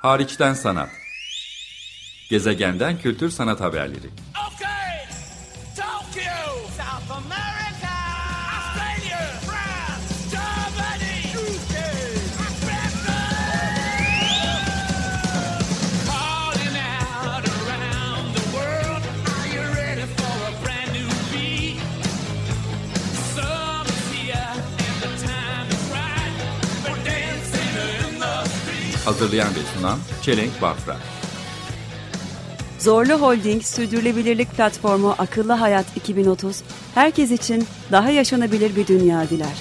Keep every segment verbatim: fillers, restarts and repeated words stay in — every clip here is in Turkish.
Hariçten sanat. Gezegenden kültür sanat haberleri. Okay, Tokyo, South America, Australia, France, Germany, U K, Africa. Calling out around the world, are you ready for a brand new beat? Summer's here and the time is right for dancing in the street. Hazırlayan ve sunan Çelenk Bafra. Zorlu Holding Sürdürülebilirlik Platformu Akıllı Hayat iki bin otuz, herkes için daha yaşanabilir bir dünya diler.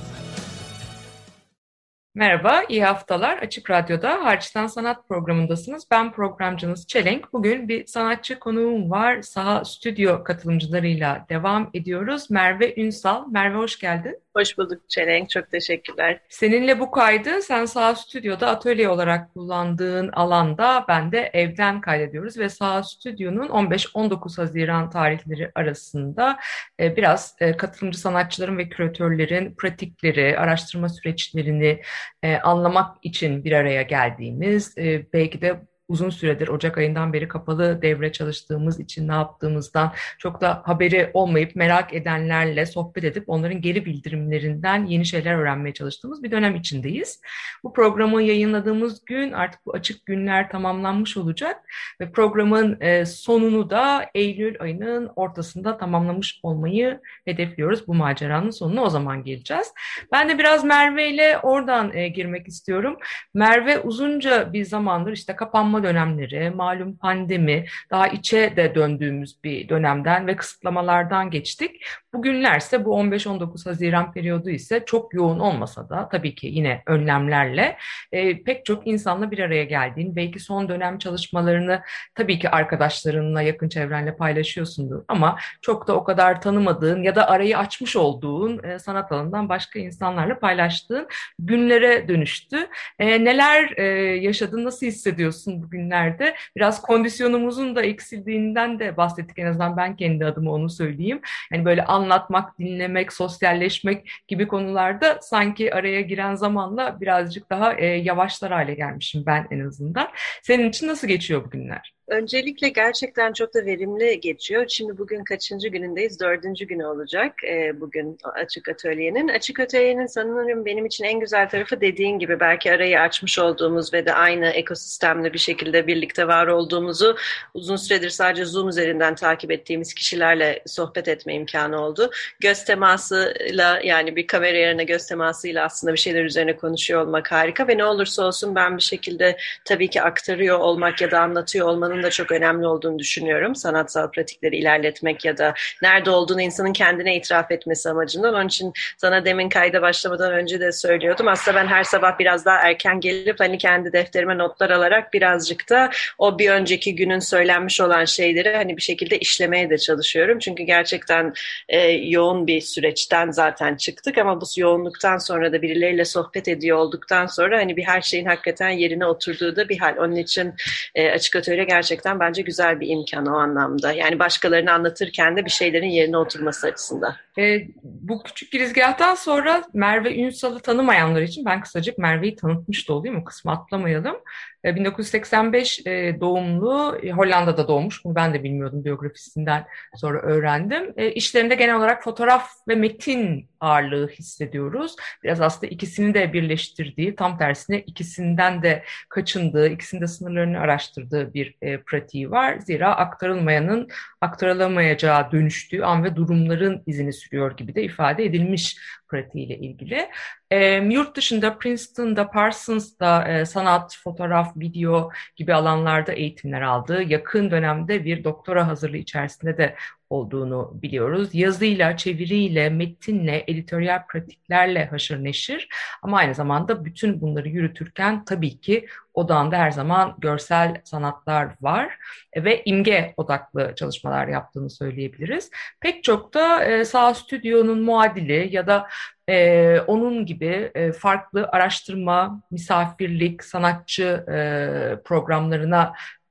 Merhaba, iyi haftalar. Açık Radyo'da Hariçten Sanat programındasınız. Ben programcınız Çelenk. Bugün bir sanatçı konuğum var. Saha Stüdyo katılımcılarıyla devam ediyoruz. Merve Ünsal. Merve hoş geldin. Hoş bulduk Çelenk, çok teşekkürler. Seninle bu kaydı sen Saha Stüdyo'da atölye olarak kullandığın alanda ben de evden kaydediyoruz ve Saha Stüdyo'nun on beş on dokuz Haziran tarihleri arasında e, biraz e, katılımcı sanatçıların ve küratörlerin pratikleri, araştırma süreçlerini e, anlamak için bir araya geldiğimiz, e, belki de uzun süredir Ocak ayından beri kapalı devre çalıştığımız için ne yaptığımızdan çok da haberi olmayıp merak edenlerle sohbet edip onların geri bildirimlerinden yeni şeyler öğrenmeye çalıştığımız bir dönem içindeyiz. Bu programı yayınladığımız gün artık bu açık günler tamamlanmış olacak ve programın sonunu da Eylül ayının ortasında tamamlamış olmayı hedefliyoruz. Bu maceranın sonuna o zaman geleceğiz. Ben de biraz Merve ile oradan girmek istiyorum. Merve uzunca bir zamandır işte kapanma dönemleri, malum pandemi, daha içe de döndüğümüz bir dönemden ve kısıtlamalardan geçtik. Bugünlerse bu on beş on dokuz Haziran periyodu ise çok yoğun olmasa da tabii ki yine önlemlerle e, pek çok insanla bir araya geldiğin, belki son dönem çalışmalarını tabii ki arkadaşlarınla, yakın çevrenle paylaşıyorsundur ama çok da o kadar tanımadığın ya da arayı açmış olduğun e, sanat alanından başka insanlarla paylaştığın günlere dönüştü. E, neler e, yaşadın, nasıl hissediyorsun bugünlerde? Biraz kondisyonumuzun da eksildiğinden de bahsettik, en azından ben kendi adıma onu söyleyeyim. Yani böyle anlatmak, dinlemek, sosyalleşmek gibi konularda sanki araya giren zamanla birazcık daha e, yavaşlar hale gelmişim ben en azından. Senin için nasıl geçiyor bugünler? Öncelikle gerçekten çok da verimli geçiyor. Şimdi bugün kaçıncı günündeyiz? Dördüncü günü olacak e, bugün Açık Atölye'nin. Açık Atölye'nin sanırım benim için en güzel tarafı, dediğin gibi belki arayı açmış olduğumuz ve de aynı ekosistemle bir şekilde birlikte var olduğumuzu uzun süredir sadece Zoom üzerinden takip ettiğimiz kişilerle sohbet etme imkanı oldu. Göz temasıyla, yani bir kamera yerine göz temasıyla aslında bir şeyler üzerine konuşuyor olmak harika ve ne olursa olsun ben bir şekilde tabii ki aktarıyor olmak ya da anlatıyor olmanın da çok önemli olduğunu düşünüyorum. Sanatsal pratikleri ilerletmek ya da nerede olduğunu insanın kendine itiraf etmesi amacından. Onun için sana demin kayda başlamadan önce de söylüyordum. Aslında ben her sabah biraz daha erken gelip hani kendi defterime notlar alarak birazcık da o bir önceki günün söylenmiş olan şeyleri hani bir şekilde işlemeye de çalışıyorum. Çünkü gerçekten e, yoğun bir süreçten zaten çıktık ama bu yoğunluktan sonra da birileriyle sohbet ediyor olduktan sonra hani bir her şeyin hakikaten yerine oturduğu da bir hal. Onun için e, Açık Atölye gerçekten Gerçekten bence güzel bir imkan o anlamda. Yani başkalarını anlatırken de bir şeylerin yerine oturması açısından. E, bu küçük girizgahtan sonra Merve Ünsal'ı tanımayanlar için ben kısacık Merve'yi tanıtmış da olayım, o kısmı atlamayalım. E, bin dokuz yüz seksen beş e, doğumlu, e, Hollanda'da doğmuş. Bunu ben de bilmiyordum, biyografisinden sonra öğrendim. E, işlerinde genel olarak fotoğraf ve metin ağırlığı hissediyoruz. Biraz aslında ikisini de birleştirdiği, tam tersine ikisinden de kaçındığı, ikisinin de sınırlarını araştırdığı bir e, pratiği var. Zira aktarılmayanın aktarılamayacağı dönüştüğü an ve durumların izini sürüyor gibi de ifade edilmiş pratiğiyle ilgili. E, yurt dışında Princeton'da, Parsons'da e, sanat, fotoğraf, video gibi alanlarda eğitimler aldı. Yakın dönemde bir doktora hazırlığı içerisinde de olduğunu biliyoruz. Yazıyla, çeviriyle, metinle, editoryal pratiklerle haşır neşir ama aynı zamanda bütün bunları yürütürken tabii ki odağında her zaman görsel sanatlar var ve imge odaklı çalışmalar yaptığını söyleyebiliriz. Pek çok da e, Saha Stüdyo'nun muadili ya da e, onun gibi e, farklı araştırma, misafirlik, sanatçı e, programlarına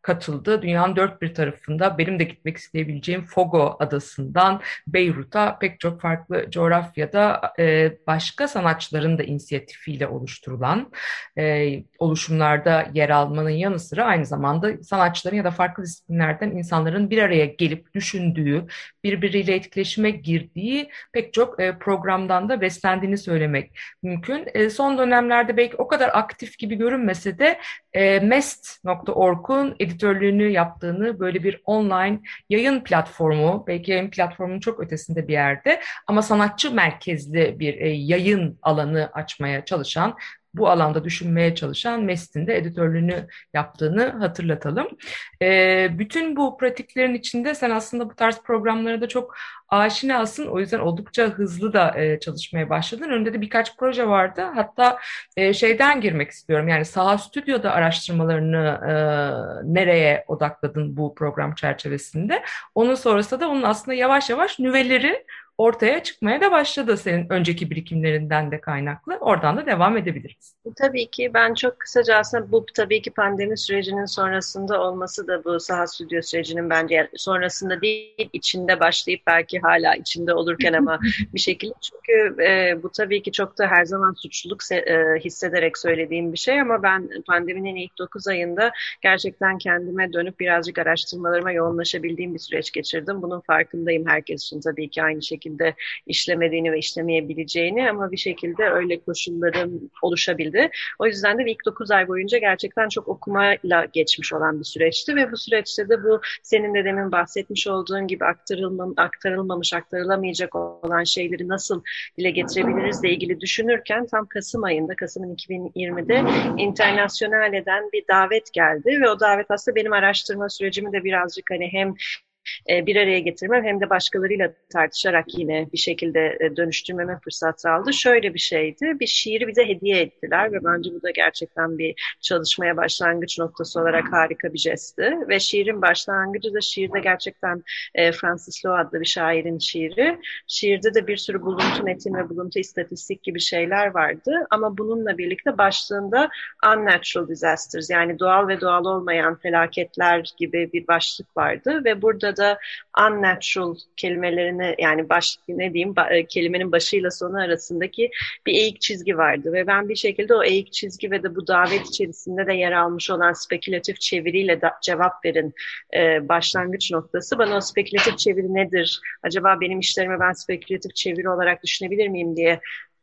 katıldı. Dünyanın dört bir tarafında benim de gitmek isteyebileceğim Fogo adasından Beyrut'a pek çok farklı coğrafyada e, başka sanatçıların da inisiyatifiyle oluşturulan e, oluşumlarda yer almanın yanı sıra aynı zamanda sanatçıların ya da farklı disiplinlerden insanların bir araya gelip düşündüğü, birbiriyle etkileşime girdiği pek çok e, programdan da beslendiğini söylemek mümkün. E, son dönemlerde belki o kadar aktif gibi görünmese de e, mest nokta org'un editörlüğünü yaptığını, böyle bir online yayın platformu, belki yayın platformunun çok ötesinde bir yerde ama sanatçı merkezli bir e, yayın alanı açmaya çalışan, bu alanda düşünmeye çalışan mest'in de editörlüğünü yaptığını hatırlatalım. E, bütün bu pratiklerin içinde sen aslında bu tarz programlara da çok aşinasın. O yüzden oldukça hızlı da e, çalışmaya başladın. Önünde de birkaç proje vardı. Hatta e, şeyden girmek istiyorum. Yani Saha Stüdyo'da araştırmalarını e, nereye odakladın bu program çerçevesinde? Onun sonrasında da onun aslında yavaş yavaş nüveleri ortaya çıkmaya da başladı, senin önceki birikimlerinden de kaynaklı. Oradan da devam edebiliriz. Tabii ki ben çok kısaca aslında bu tabii ki pandemi sürecinin sonrasında olması da bu Saha Stüdyo sürecinin bence yani sonrasında değil, içinde başlayıp belki hala içinde olurken ama bir şekilde, çünkü e, bu tabii ki çok da her zaman suçluluk e, hissederek söylediğim bir şey ama ben pandeminin ilk dokuz ayında gerçekten kendime dönüp birazcık araştırmalarıma yoğunlaşabildiğim bir süreç geçirdim. Bunun farkındayım, herkes için tabii ki aynı şekilde işlemediğini ve işlemeyebileceğini, ama bir şekilde öyle koşulların oluşabildi. O yüzden de ilk dokuz ay boyunca gerçekten çok okumayla geçmiş olan bir süreçti ve bu süreçte de bu senin de demin bahsetmiş olduğun gibi aktarılmam, aktarılmamış, aktarılamayacak olan şeyleri nasıl dile getirebiliriz ile ilgili düşünürken tam Kasım ayında, Kasım'ın iki bin yirmide Internationale'den bir davet geldi ve o davet aslında benim araştırma sürecimi de birazcık hani hem bir araya getirmem hem de başkalarıyla tartışarak yine bir şekilde dönüştürmeme fırsat sağladı. Şöyle bir şeydi, bir şiiri bize hediye ettiler ve bence bu da gerçekten bir çalışmaya başlangıç noktası olarak harika bir jestti. Ve şiirin başlangıcı da şiirde gerçekten Francis Lowe adlı bir şairin şiiri. Şiirde de bir sürü buluntu metin ve buluntu istatistik gibi şeyler vardı ama bununla birlikte başlığında unnatural disasters, yani doğal ve doğal olmayan felaketler gibi bir başlık vardı ve burada da unnatural kelimelerini, yani baş, ne diyeyim kelimenin başıyla sonu arasındaki bir eğik çizgi vardı ve ben bir şekilde o eğik çizgi ve de bu davet içerisinde de yer almış olan spekülatif çeviriyle da cevap verin e, başlangıç noktası. Bana o spekülatif çeviri nedir? Acaba benim işlerime ben spekülatif çeviri olarak düşünebilir miyim diye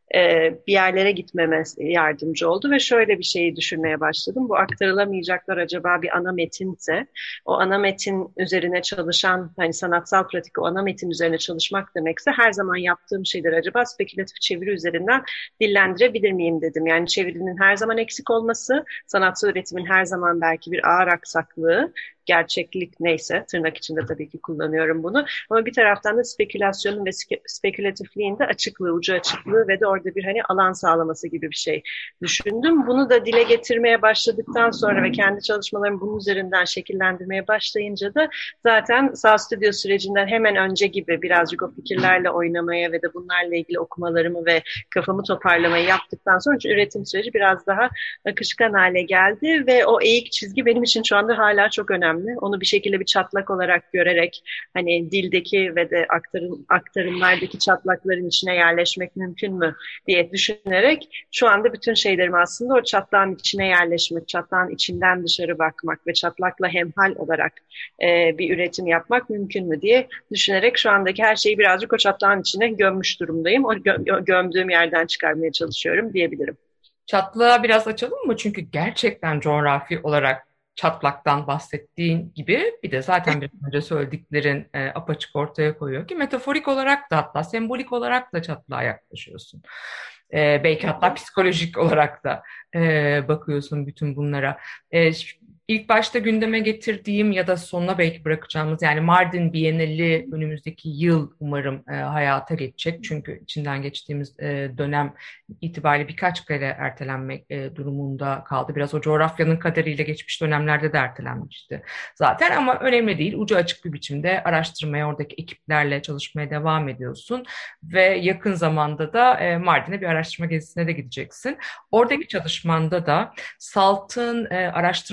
bir yerlere gitmeme yardımcı oldu ve şöyle bir şeyi düşünmeye başladım. Bu aktarılamayacaklar acaba bir ana metinse, o ana metin üzerine çalışan, hani sanatsal pratik o ana metin üzerine çalışmak demekse her zaman yaptığım şeyler acaba spekülatif çeviri üzerinden dillendirebilir miyim dedim. Yani çevirinin her zaman eksik olması, sanatsal üretimin her zaman belki bir ağır aksaklığı, gerçeklik neyse, tırnak içinde tabii ki kullanıyorum bunu. Ama bir taraftan da spekülasyonun ve spekülatifliğin de açıklığı, ucu açıklığı ve de orada bir hani alan sağlaması gibi bir şey düşündüm. Bunu da dile getirmeye başladıktan sonra ve kendi çalışmalarımı bunun üzerinden şekillendirmeye başlayınca da zaten Saha Stüdyo sürecinden hemen önce gibi birazcık o fikirlerle oynamaya ve de bunlarla ilgili okumalarımı ve kafamı toparlamayı yaptıktan sonra üretim süreci biraz daha akışkan hale geldi ve o eğik çizgi benim için şu anda hala çok önemli. Onu bir şekilde bir çatlak olarak görerek hani dildeki ve de aktarım, aktarımlardaki çatlakların içine yerleşmek mümkün mü diye düşünerek şu anda bütün şeylerimi aslında o çatlağın içine yerleşmek, çatlağın içinden dışarı bakmak ve çatlakla hemhal olarak e, bir üretim yapmak mümkün mü diye düşünerek şu andaki her şeyi birazcık o çatlağın içine gömmüş durumdayım. O gö- gömdüğüm yerden çıkarmaya çalışıyorum diyebilirim. Çatlağı biraz açalım mı? Çünkü gerçekten coğrafi olarak çatlaktan bahsettiğin gibi bir de zaten bir önce söylediklerin e, apaçık ortaya koyuyor ki metaforik olarak da hatta sembolik olarak da çatlağa yaklaşıyorsun. E, belki hatta psikolojik olarak da e, bakıyorsun bütün bunlara. E, İlk başta gündeme getirdiğim ya da sonuna belki bırakacağımız yani Mardin Bienali önümüzdeki yıl umarım e, hayata geçecek. Çünkü içinden geçtiğimiz e, dönem itibariyle birkaç kere ertelenmek e, durumunda kaldı. Biraz o coğrafyanın kaderiyle geçmiş dönemlerde de ertelenmişti zaten ama önemli değil. Ucu açık bir biçimde araştırmaya, oradaki ekiplerle çalışmaya devam ediyorsun ve yakın zamanda da e, Mardin'e bir araştırma gezisine de gideceksin. Oradaki çalışmanda da SALT'ın e, araştırma grubu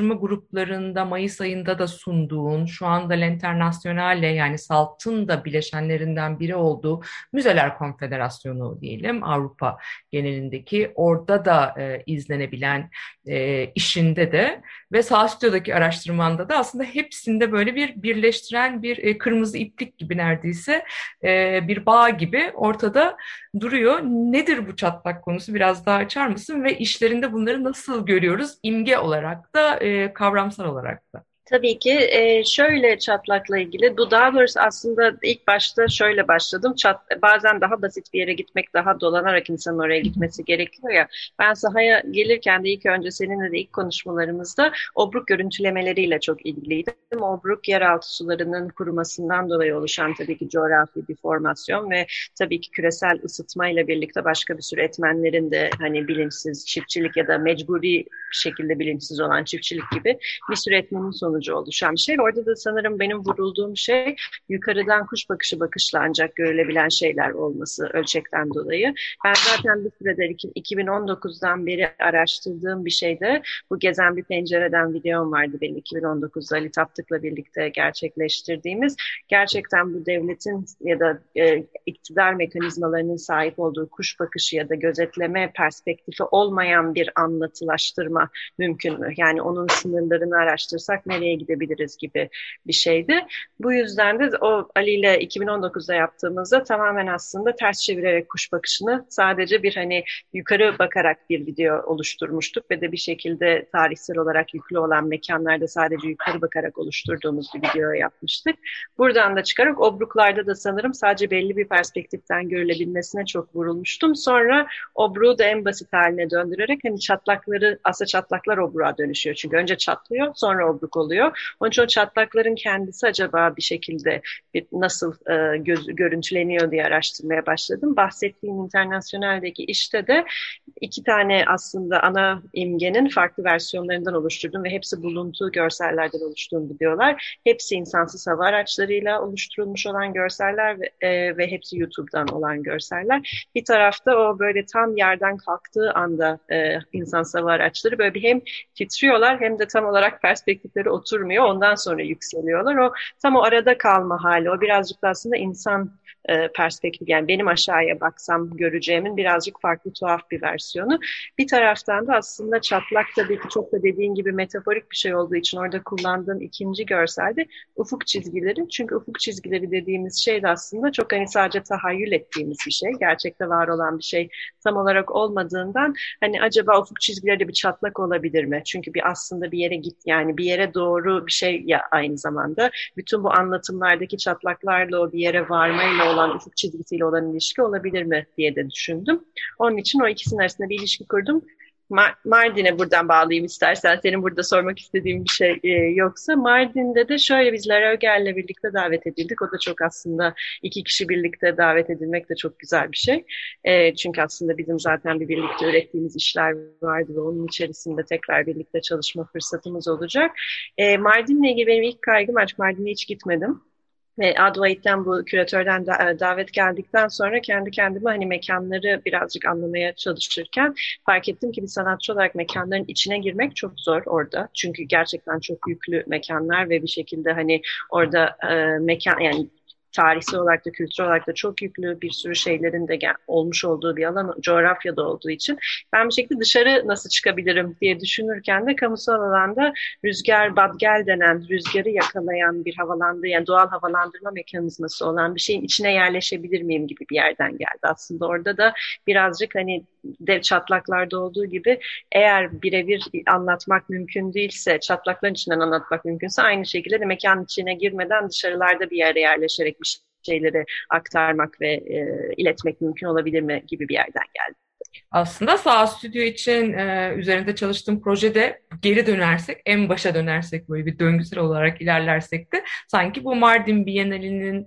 gruplarında Mayıs ayında da sunduğun, şu anda L'Internationale yani Salt'ın da bileşenlerinden biri olduğu Müzeler Konfederasyonu diyelim, Avrupa genelindeki, orada da e, izlenebilen e, işinde de ve Sağ Stüdyo'daki araştırmanda da aslında hepsinde böyle bir birleştiren bir e, kırmızı iplik gibi neredeyse e, bir bağ gibi ortada duruyor. Nedir bu çatlak konusu? Biraz daha açar mısın? Ve işlerinde bunları nasıl görüyoruz? İmge olarak da, e, kavramsal olarak da. Tabii ki e, şöyle çatlakla ilgili, bu daha doğrusu aslında ilk başta şöyle başladım. Çat, bazen daha basit bir yere gitmek, daha dolanarak insanın oraya gitmesi gerekiyor ya. Ben sahaya gelirken de ilk önce seninle de ilk konuşmalarımızda obruk görüntülemeleriyle çok ilgiliydim. Obruk yeraltı sularının kurumasından dolayı oluşan tabii ki coğrafi bir formasyon ve tabii ki küresel ısıtmayla birlikte başka bir sürü etmenlerin de hani bilinçsiz çiftçilik ya da mecburi şekilde bilinçsiz olan çiftçilik gibi bir sürü etmenin sonucu oluşan bir şey. Orada da sanırım benim vurulduğum şey yukarıdan kuş bakışı bakışla ancak görülebilen şeyler olması ölçekten dolayı. Ben zaten bir süredir iki bin on dokuzdan beri araştırdığım bir şeyde bu Gezen Bir Pencereden videom vardı benim iki bin on dokuzda Ali Taptık'la birlikte gerçekleştirdiğimiz. Gerçekten bu devletin ya da e, iktidar mekanizmalarının sahip olduğu kuş bakışı ya da gözetleme perspektifi olmayan bir anlatılaştırma mümkün mü? Yani onun sınırlarını araştırsak nereye gidebiliriz gibi bir şeydi. Bu yüzden de o Ali ile iki bin on dokuzda yaptığımızda tamamen aslında ters çevirerek kuş bakışını sadece bir hani yukarı bakarak bir video oluşturmuştuk ve de bir şekilde tarihsel olarak yüklü olan mekanlarda sadece yukarı bakarak oluşturduğumuz bir video yapmıştık. Buradan da çıkarak obruklarda da sanırım sadece belli bir perspektiften görülebilmesine çok vurulmuştum. Sonra obruğu da en basit haline döndürerek hani çatlakları, aslında çatlaklar obruğa dönüşüyor. Çünkü önce çatlıyor, sonra obruk oluyor. Onun için o çatlakların kendisi acaba bir şekilde bir nasıl e, göz, görüntüleniyor diye araştırmaya başladım. Bahsettiğim International'deki işte de iki tane aslında ana imgenin farklı versiyonlarından oluşturdum ve hepsi buluntuğu görsellerden oluştuğum videolar. Hepsi insansız hava araçlarıyla oluşturulmuş olan görseller ve, e, ve hepsi YouTube'dan olan görseller. Bir tarafta o böyle tam yerden kalktığı anda e, insansız hava araçları böyle bir hem titriyorlar hem de tam olarak perspektifleri oturmuyor. Ondan sonra yükseliyorlar. O tam o arada kalma hali. O birazcık da aslında insan e, perspektif. Yani benim aşağıya baksam göreceğimin birazcık farklı tuhaf bir versiyonu. Bir taraftan da aslında çatlak tabii ki çok da dediğin gibi metaforik bir şey olduğu için orada kullandığım ikinci görselde ufuk çizgileri. Çünkü ufuk çizgileri dediğimiz şey de aslında çok hani sadece tahayyül ettiğimiz bir şey. Gerçekte var olan bir şey tam olarak olmadığından hani acaba ufuk çizgileri bir çatlak olabilir mi? Çünkü bir aslında bir yere git yani bir yere doğru bir şey ya aynı zamanda. Bütün bu anlatımlardaki çatlaklarla o bir yere varmayla olan ufuk çizgisiyle olan ilişki olabilir mi diye de düşündüm. Onun için o ikisinin arasında bir ilişki kurdum. Mardin'e buradan bağlayayım istersen. Senin burada sormak istediğin bir şey e, yoksa. Mardin'de de şöyle biz Lara Ögel'le birlikte davet edildik. O da çok aslında iki kişi birlikte davet edilmek de çok güzel bir şey. E, çünkü aslında bizim zaten bir birlikte ürettiğimiz işler vardı ve onun içerisinde tekrar birlikte çalışma fırsatımız olacak. E, Mardin'le ilgili benim ilk kaygım, artık Mardin'e hiç gitmedim. Ve Advait'ten bu küratörden da, davet geldikten sonra kendi kendime hani mekanları birazcık anlamaya çalışırken fark ettim ki bir sanatçı olarak mekanların içine girmek çok zor orada. Çünkü gerçekten çok yüklü mekanlar ve bir şekilde hani orada e, mekan yani tarihsel olarak da kültürel olarak da çok yüklü bir sürü şeylerin de gel- olmuş olduğu bir alan, coğrafyada olduğu için ben bir şekilde dışarı nasıl çıkabilirim diye düşünürken de kamusal alanda rüzgar badgel denen rüzgarı yakalayan bir havalandı yani doğal havalandırma mekanizması olan bir şeyin içine yerleşebilir miyim gibi bir yerden geldi. Aslında orada da birazcık hani dev çatlaklarda olduğu gibi eğer birebir anlatmak mümkün değilse, çatlakların içinden anlatmak mümkünse aynı şekilde de mekanın içine girmeden dışarılarda bir yere yerleşerek bir şeyleri aktarmak ve e, iletmek mümkün olabilir mi gibi bir yerden geldi. Aslında Sağ Stüdyo için e, üzerinde çalıştığım projede geri dönersek, en başa dönersek, böyle bir döngüsel olarak ilerlersek de sanki bu Mardin Bienalinin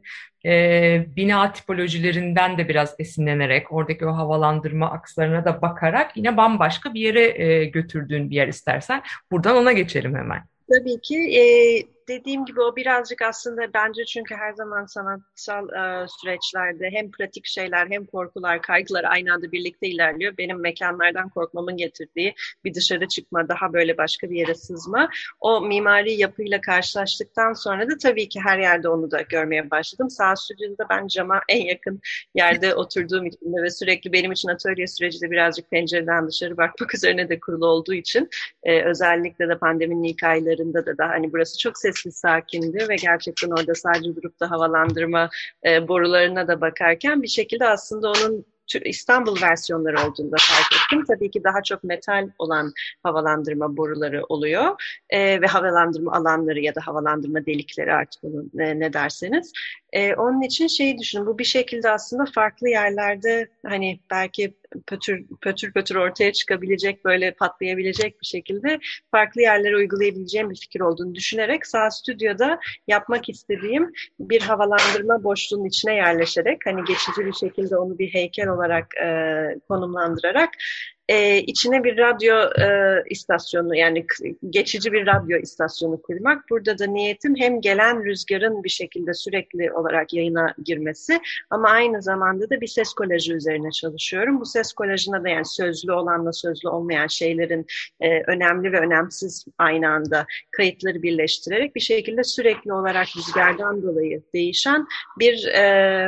e, bina tipolojilerinden de biraz esinlenerek, oradaki o havalandırma akslarına da bakarak yine bambaşka bir yere e, götürdüğün bir yer istersen. Buradan ona geçelim hemen. Tabii ki. E, dediğim gibi o birazcık aslında bence çünkü her zaman sanatsal e, süreçlerde hem pratik şeyler hem korkular, kaygılar aynı anda birlikte ilerliyor. Benim mekanlardan korkmamın getirdiği bir dışarı çıkma, daha böyle başka bir yere sızma. O mimari yapıyla karşılaştıktan sonra da tabii ki her yerde onu da görmeye başladım. Sağ stüdyoda ben cama en yakın yerde oturduğum için de ve sürekli benim için atölye süreci de birazcık pencereden dışarı bakmak üzerine de kurulu olduğu için e, özellikle de pandeminin ilk aylarında da daha hani burası çok sessiz, sakindi ve gerçekten orada sadece durup da havalandırma e, borularına da bakarken bir şekilde aslında onun İstanbul versiyonları olduğunu da fark ettim. Tabii ki daha çok metal olan havalandırma boruları oluyor e, ve havalandırma alanları ya da havalandırma delikleri artık onu ne, ne derseniz. E, onun için şeyi düşünün, bu bir şekilde aslında farklı yerlerde hani belki pötür pötür pötür ortaya çıkabilecek, böyle patlayabilecek bir şekilde farklı yerlere uygulayabileceğim bir fikir olduğunu düşünerek sağ stüdyoda yapmak istediğim bir havalandırma boşluğunun içine yerleşerek hani geçici bir şekilde onu bir heykel olarak e, konumlandırarak e, içine bir radyo e, istasyonu yani geçici bir radyo istasyonu kurmak. Burada da niyetim hem gelen rüzgarın bir şekilde sürekli olarak yayına girmesi ama aynı zamanda da bir ses kolajı üzerine çalışıyorum. Bu ses kolajına da yani sözlü olanla sözlü olmayan şeylerin e, önemli ve önemsiz aynı anda kayıtları birleştirerek bir şekilde sürekli olarak rüzgardan dolayı değişen bir e,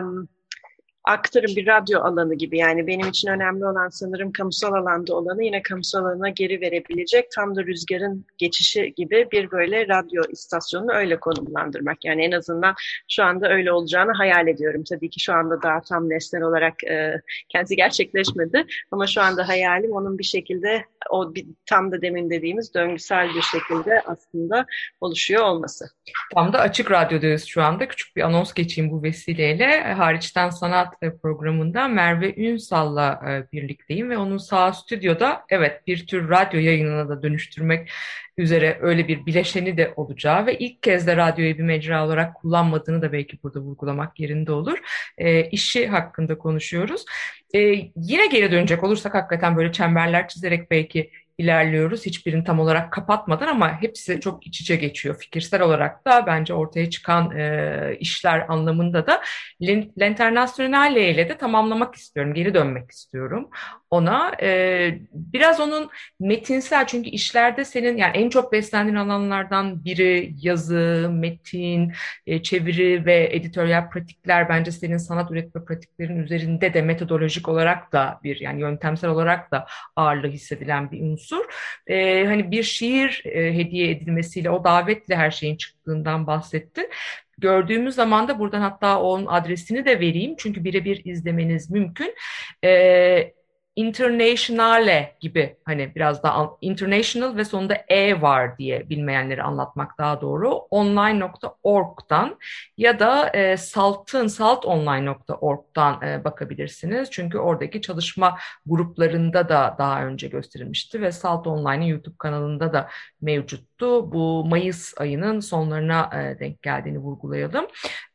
aktarım, bir radyo alanı gibi. Yani benim için önemli olan sanırım kamusal alanda olanı yine kamusal alana geri verebilecek, tam da rüzgarın geçişi gibi bir böyle radyo istasyonunu öyle konumlandırmak. Yani en azından şu anda öyle olacağını hayal ediyorum. Tabii ki şu anda daha tam nesnel olarak e, kendisi gerçekleşmedi ama şu anda hayalim onun bir şekilde o bir, tam da demin dediğimiz döngüsel bir şekilde aslında oluşuyor olması. Tam da Açık Radyo'dayız şu anda. Küçük bir anons geçeyim bu vesileyle. Hariçten Sanat programında Merve Ünsal'la birlikteyim ve onun Sağ Stüdyo'da evet bir tür radyo yayınına da dönüştürmek üzere öyle bir bileşeni de olacağı ve ilk kez de radyoyu bir mecra olarak kullanmadığını da belki burada vurgulamak yerinde olur. E, işi hakkında konuşuyoruz. E, yine geri dönecek olursak hakikaten böyle çemberler çizerek belki ilerliyoruz. Hiçbirini tam olarak kapatmadan ama hepsi çok iç içe geçiyor. Fikirsel olarak da bence ortaya çıkan e, işler anlamında da L'Internazionale ile de tamamlamak istiyorum. Geri dönmek istiyorum ona. E, biraz onun metinsel, çünkü işlerde senin yani en çok beslendiğin alanlardan biri yazı, metin, e, çeviri ve editoryal pratikler bence senin sanat üretme pratiklerin üzerinde de metodolojik olarak da bir yani yöntemsel olarak da ağırlığı hissedilen bir unsur. Ee, hani bir şiir e, hediye edilmesiyle o davetle her şeyin çıktığından bahsettin. Gördüğümüz zaman da buradan hatta onun adresini de vereyim çünkü birebir izlemeniz mümkün. Ee, Internationale gibi hani biraz daha international ve sonunda e var diye bilmeyenleri anlatmak daha doğru. online nokta org'dan ya da e, saltın saltonline nokta org'dan e, bakabilirsiniz. Çünkü oradaki çalışma gruplarında da daha önce gösterilmişti ve Salt Online'ın YouTube kanalında da mevcuttu. Bu Mayıs ayının sonlarına e, denk geldiğini vurgulayalım.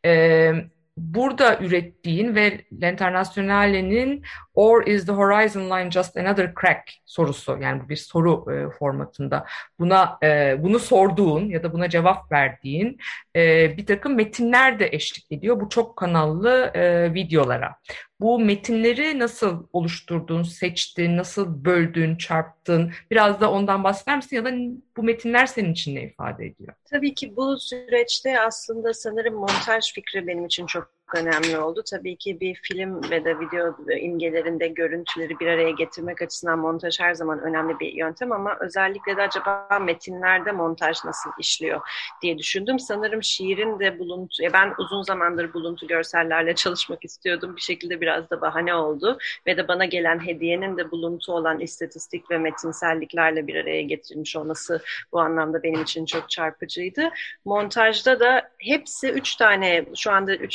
E, Burada ürettiğin ve L'Internazionale'nin "Or is the horizon line just another crack" sorusu, yani bu bir soru e, formatında buna e, bunu sorduğun ya da buna cevap verdiğin e, bir takım metinler de eşlik ediyor bu çok kanallı e, videolara. Bu metinleri nasıl oluşturdun, seçtin, nasıl böldün, çarptın? Biraz da ondan bahseder misin ya da bu metinler senin için ne ifade ediyor? Tabii ki bu süreçte aslında sanırım montaj fikri benim için çok önemli oldu. Tabii ki bir film ve de video imgelerinde görüntüleri bir araya getirmek açısından montaj her zaman önemli bir yöntem ama özellikle de acaba metinlerde montaj nasıl işliyor diye düşündüm. Sanırım şiirin de buluntu, ben uzun zamandır buluntu görsellerle çalışmak istiyordum. Bir şekilde biraz da bahane oldu ve de bana gelen hediyenin de buluntu olan istatistik ve metinselliklerle bir araya getirilmiş olması bu anlamda benim için çok çarpıcıydı. Montajda da hepsi üç tane, şu anda üç tane var.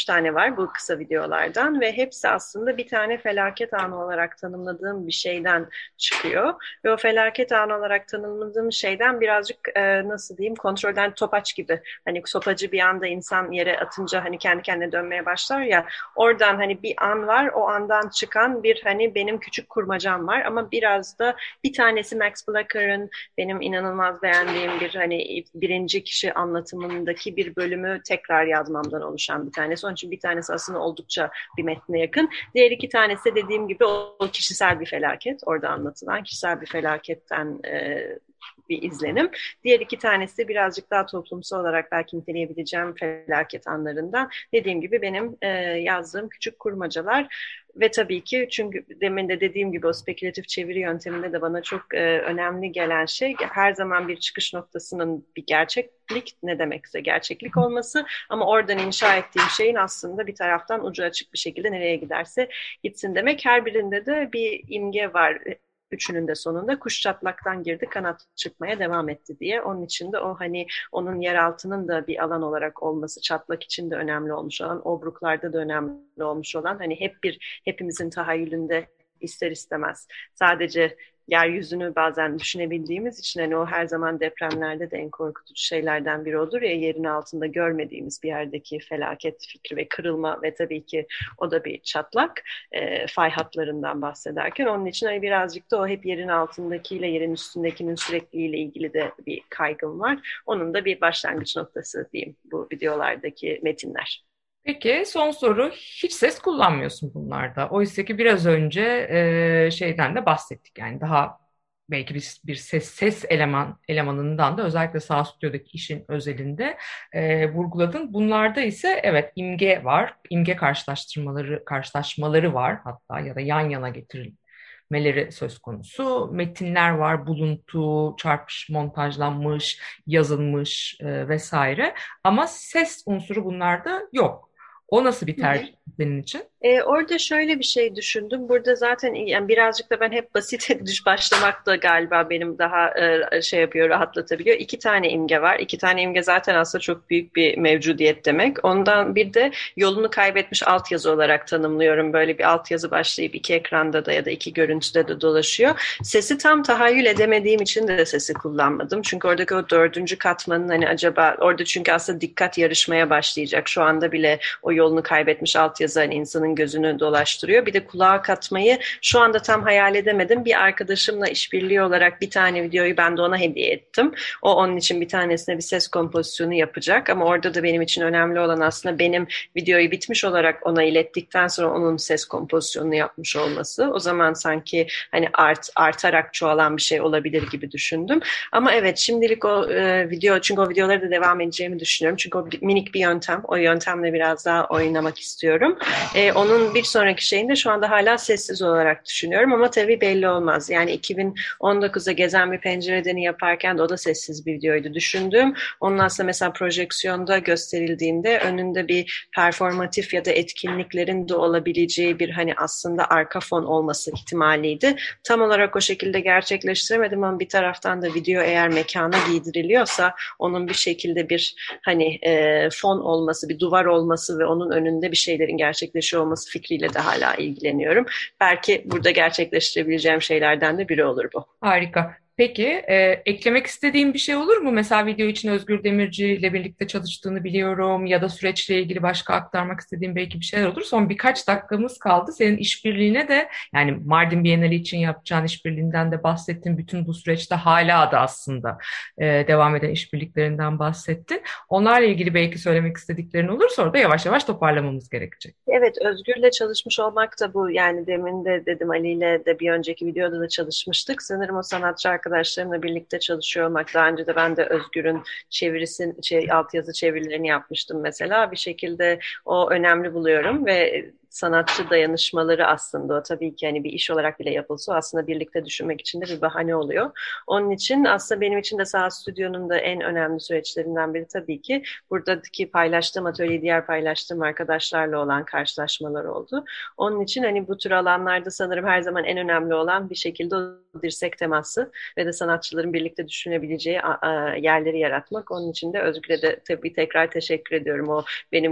var bu kısa videolardan ve hepsi aslında bir tane felaket anı olarak tanımladığım bir şeyden çıkıyor. Ve o felaket anı olarak tanımladığım şeyden birazcık e, nasıl diyeyim, kontrolden topaç gibi. Hani sopacı bir anda insan yere atınca hani kendi kendine dönmeye başlar ya, oradan hani bir an var, o andan çıkan bir hani benim küçük kurmacam var ama biraz da bir tanesi Max Blacker'ın benim inanılmaz beğendiğim bir hani birinci kişi anlatımındaki bir bölümü tekrar yazmamdan oluşan bir tanesi. Onun için bir tanesi aslında oldukça bir metne yakın. Diğer iki tanesi de dediğim gibi o, o kişisel bir felaket. Orada anlatılan kişisel bir felaketten e, bir izlenim. Diğer iki tanesi de birazcık daha toplumsal olarak belki niteleyebileceğim felaket anlarından. Dediğim gibi benim e, yazdığım küçük kurmacalar. Ve tabii ki çünkü demin de dediğim gibi o spekülatif çeviri yönteminde de bana çok e, önemli gelen şey her zaman bir çıkış noktasının bir gerçeklik, ne demekse gerçeklik olması ama oradan inşa ettiğim şeyin aslında bir taraftan ucu açık bir şekilde nereye giderse gitsin demek. Her birinde de bir imge var. Üçünün de sonunda kuş çatlaktan girdi, kanat çıkmaya devam etti diye. Onun için de o hani onun yeraltının da bir alan olarak olması, çatlak için de önemli olmuş olan, obruklarda da önemli olmuş olan, hani hep bir hepimizin tahayyülünde ister istemez sadece yeryüzünü bazen düşünebildiğimiz için hani o her zaman depremlerde de en korkutucu şeylerden biri olur ya, yerin altında görmediğimiz bir yerdeki felaket fikri ve kırılma ve tabii ki o da bir çatlak e, fay hatlarından bahsederken onun için hani birazcık da o hep yerin altındakiyle yerin üstündekinin sürekliliğiyle ilgili de bir kaygım var. Onun da bir başlangıç noktası diyeyim bu videolardaki metinler. Peki son soru, hiç ses kullanmıyorsun bunlarda. Oysa ki biraz önce e, şeyden de bahsettik, yani daha belki bir, bir ses ses eleman elemanından da özellikle sağ stüdyodaki işin özelinde e, vurguladın. Bunlarda ise evet imge var, imge karşılaştırmaları karşılaşmaları var hatta ya da yan yana getirilmeleri söz konusu. Metinler var, buluntu, çarpış, montajlanmış, yazılmış e, vesaire. Ama ses unsuru bunlarda yok. O nasıl bir tercih senin için? Ee, orada şöyle bir şey düşündüm. Burada zaten yani birazcık da ben hep basit düş başlamak da galiba benim daha e, şey yapıyor, rahatlatabiliyor. İki tane imge var. İki tane imge zaten aslında çok büyük bir mevcudiyet demek. Ondan bir de yolunu kaybetmiş altyazı olarak tanımlıyorum. Böyle bir altyazı başlayıp iki ekranda da ya da iki görüntüde de dolaşıyor. Sesi tam tahayyül edemediğim için de sesi kullanmadım. Çünkü oradaki o dördüncü katmanın hani acaba orada, çünkü aslında dikkat yarışmaya başlayacak. Şu anda bile o yolunu kaybetmiş altyazı hani insanın gözünü dolaştırıyor. Bir de kulağa katmayı şu anda tam hayal edemedim. Bir arkadaşımla işbirliği olarak bir tane videoyu ben de ona hediye ettim. O onun için bir tanesine bir ses kompozisyonu yapacak. Ama orada da benim için önemli olan aslında benim videoyu bitmiş olarak ona ilettikten sonra onun ses kompozisyonunu yapmış olması. O zaman sanki hani art, artarak çoğalan bir şey olabilir gibi düşündüm. Ama evet, şimdilik o e, video, çünkü o videoları da devam edeceğimi düşünüyorum. Çünkü o minik bir yöntem. O yöntemle biraz daha oynamak istiyorum. E, onun bir sonraki şeyinde şu anda hala sessiz olarak düşünüyorum ama tabii belli olmaz. Yani iki bin on dokuzda Gezen Bir Penceredeni yaparken de o da sessiz bir videoydu düşündüğüm. Onun aslında mesela projeksiyonda gösterildiğinde önünde bir performatif ya da etkinliklerin de olabileceği bir hani aslında arka fon olması ihtimaliydi. Tam olarak o şekilde gerçekleştiremedim ama bir taraftan da video eğer mekana giydiriliyorsa onun bir şekilde bir hani e, fon olması, bir duvar olması ve onun önünde bir şeylerin gerçekleşiyor olması fikriyle de hala ilgileniyorum. Belki burada gerçekleştirebileceğim şeylerden de biri olur bu. Harika. Peki, e, eklemek istediğin bir şey olur mu? Mesela video için Özgür Demirci ile birlikte çalıştığını biliyorum ya da süreçle ilgili başka aktarmak istediğin belki bir şeyler olur. Son birkaç dakikamız kaldı. Senin işbirliğine de, yani Mardin Bienali için yapacağın işbirliğinden de bahsettin. Bütün bu süreçte hala da aslında e, devam eden işbirliklerinden bahsettin. Onlarla ilgili belki söylemek istediklerin olur. Sonra da yavaş yavaş toparlamamız gerekecek. Evet, Özgür'le çalışmış olmak da bu, yani demin de dedim Ali'yle de bir önceki videoda da çalışmıştık. Sanırım o sanatçı arkadaşlarımla birlikte çalışıyor olmak. Daha önce de ben de Özgür'ün çevirisin, şey, altyazı çevirilerini yapmıştım mesela. Bir şekilde o önemli buluyorum ve sanatçı dayanışmaları aslında o tabii ki hani bir iş olarak bile yapılsa aslında birlikte düşünmek için de bir bahane oluyor. Onun için aslında benim için de Saha Stüdyo'nun da en önemli süreçlerinden biri tabii ki buradaki paylaştığım atölye, diğer paylaştığım arkadaşlarla olan karşılaşmalar oldu. Onun için hani bu tür alanlarda sanırım her zaman en önemli olan bir şekilde o dirsek teması ve de sanatçıların birlikte düşünebileceği yerleri yaratmak. Onun için de Özgür'e de tabii tekrar teşekkür ediyorum. O benim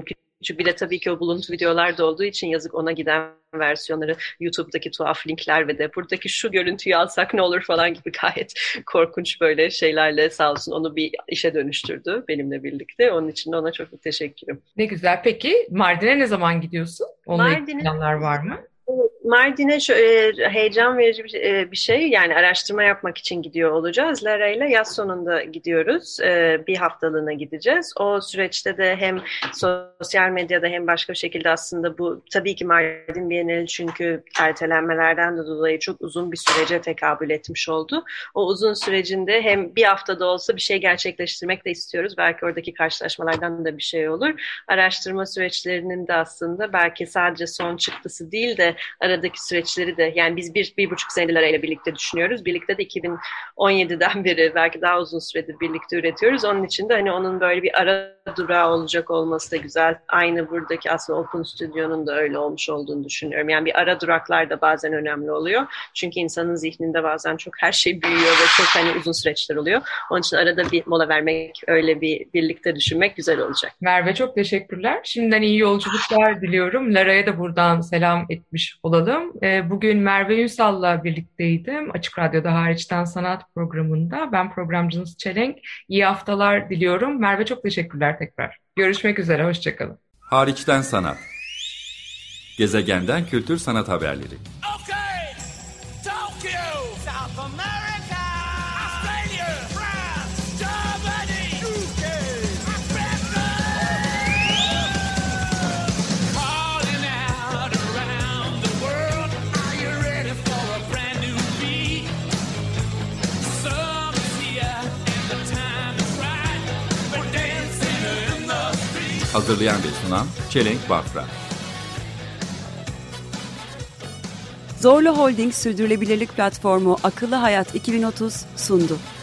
küçük. Bir de tabii ki o buluntu videolar da olduğu için yazık ona giden versiyonları, YouTube'daki tuhaf linkler ve de buradaki şu görüntüyü alsak ne olur falan gibi gayet korkunç böyle şeylerle sağ olsun onu bir işe dönüştürdü benimle birlikte. Onun için de ona çok teşekkürüm. Ne güzel. Peki Mardin'e ne zaman gidiyorsun? Onunla ilgili Mardin'e planlar var mı? Mardin'e şu, e, heyecan verici bir, e, bir şey yani araştırma yapmak için gidiyor olacağız. Lara ile yaz sonunda gidiyoruz. E, bir haftalığına gideceğiz. O süreçte de hem sosyal medyada hem başka bir şekilde aslında bu tabii ki Mardin Bienali çünkü ertelenmelerden de dolayı çok uzun bir sürece tekabül etmiş oldu. O uzun sürecinde hem bir haftada olsa bir şey gerçekleştirmek de istiyoruz. Belki oradaki karşılaşmalardan da bir şey olur. Araştırma süreçlerinin de aslında belki sadece son çıktısı değil de aradaki süreçleri de yani biz bir, bir buçuk senedir arayla birlikte düşünüyoruz. Birlikte de iki bin on yediden beri belki daha uzun süredir birlikte üretiyoruz. Onun için de hani onun böyle bir ara durağı olacak olması da güzel. Aynı buradaki aslında Open Studio'nun da öyle olmuş olduğunu düşünüyorum. Yani bir ara duraklar da bazen önemli oluyor. Çünkü insanın zihninde bazen çok her şey büyüyor ve çok hani uzun süreçler oluyor. Onun için arada bir mola vermek, öyle bir birlikte düşünmek güzel olacak. Merve çok teşekkürler. Şimdiden iyi yolculuklar diliyorum. Lara'ya da buradan selam etmiş olalım. Bugün Merve Ünsal'la birlikteydim. Açık Radyo'da Hariçten Sanat programında. Ben programcınız Çelenk. İyi haftalar diliyorum. Merve çok teşekkürler tekrar. Görüşmek üzere. Hoşçakalın. Hariçten Sanat. Gezegenden kültür sanat haberleri. Okay, Tokyo, South America, Australia, France, Germany, U K, Africa. Calling out around the world, are you ready for a brand new beat? Summer's here and the time is right. We're dancing in the street. Hazırlayan ve sunan Çelenk Bafra. Zorlu Holding Sürdürülebilirlik Platformu Akıllı Hayat iki bin otuz sundu.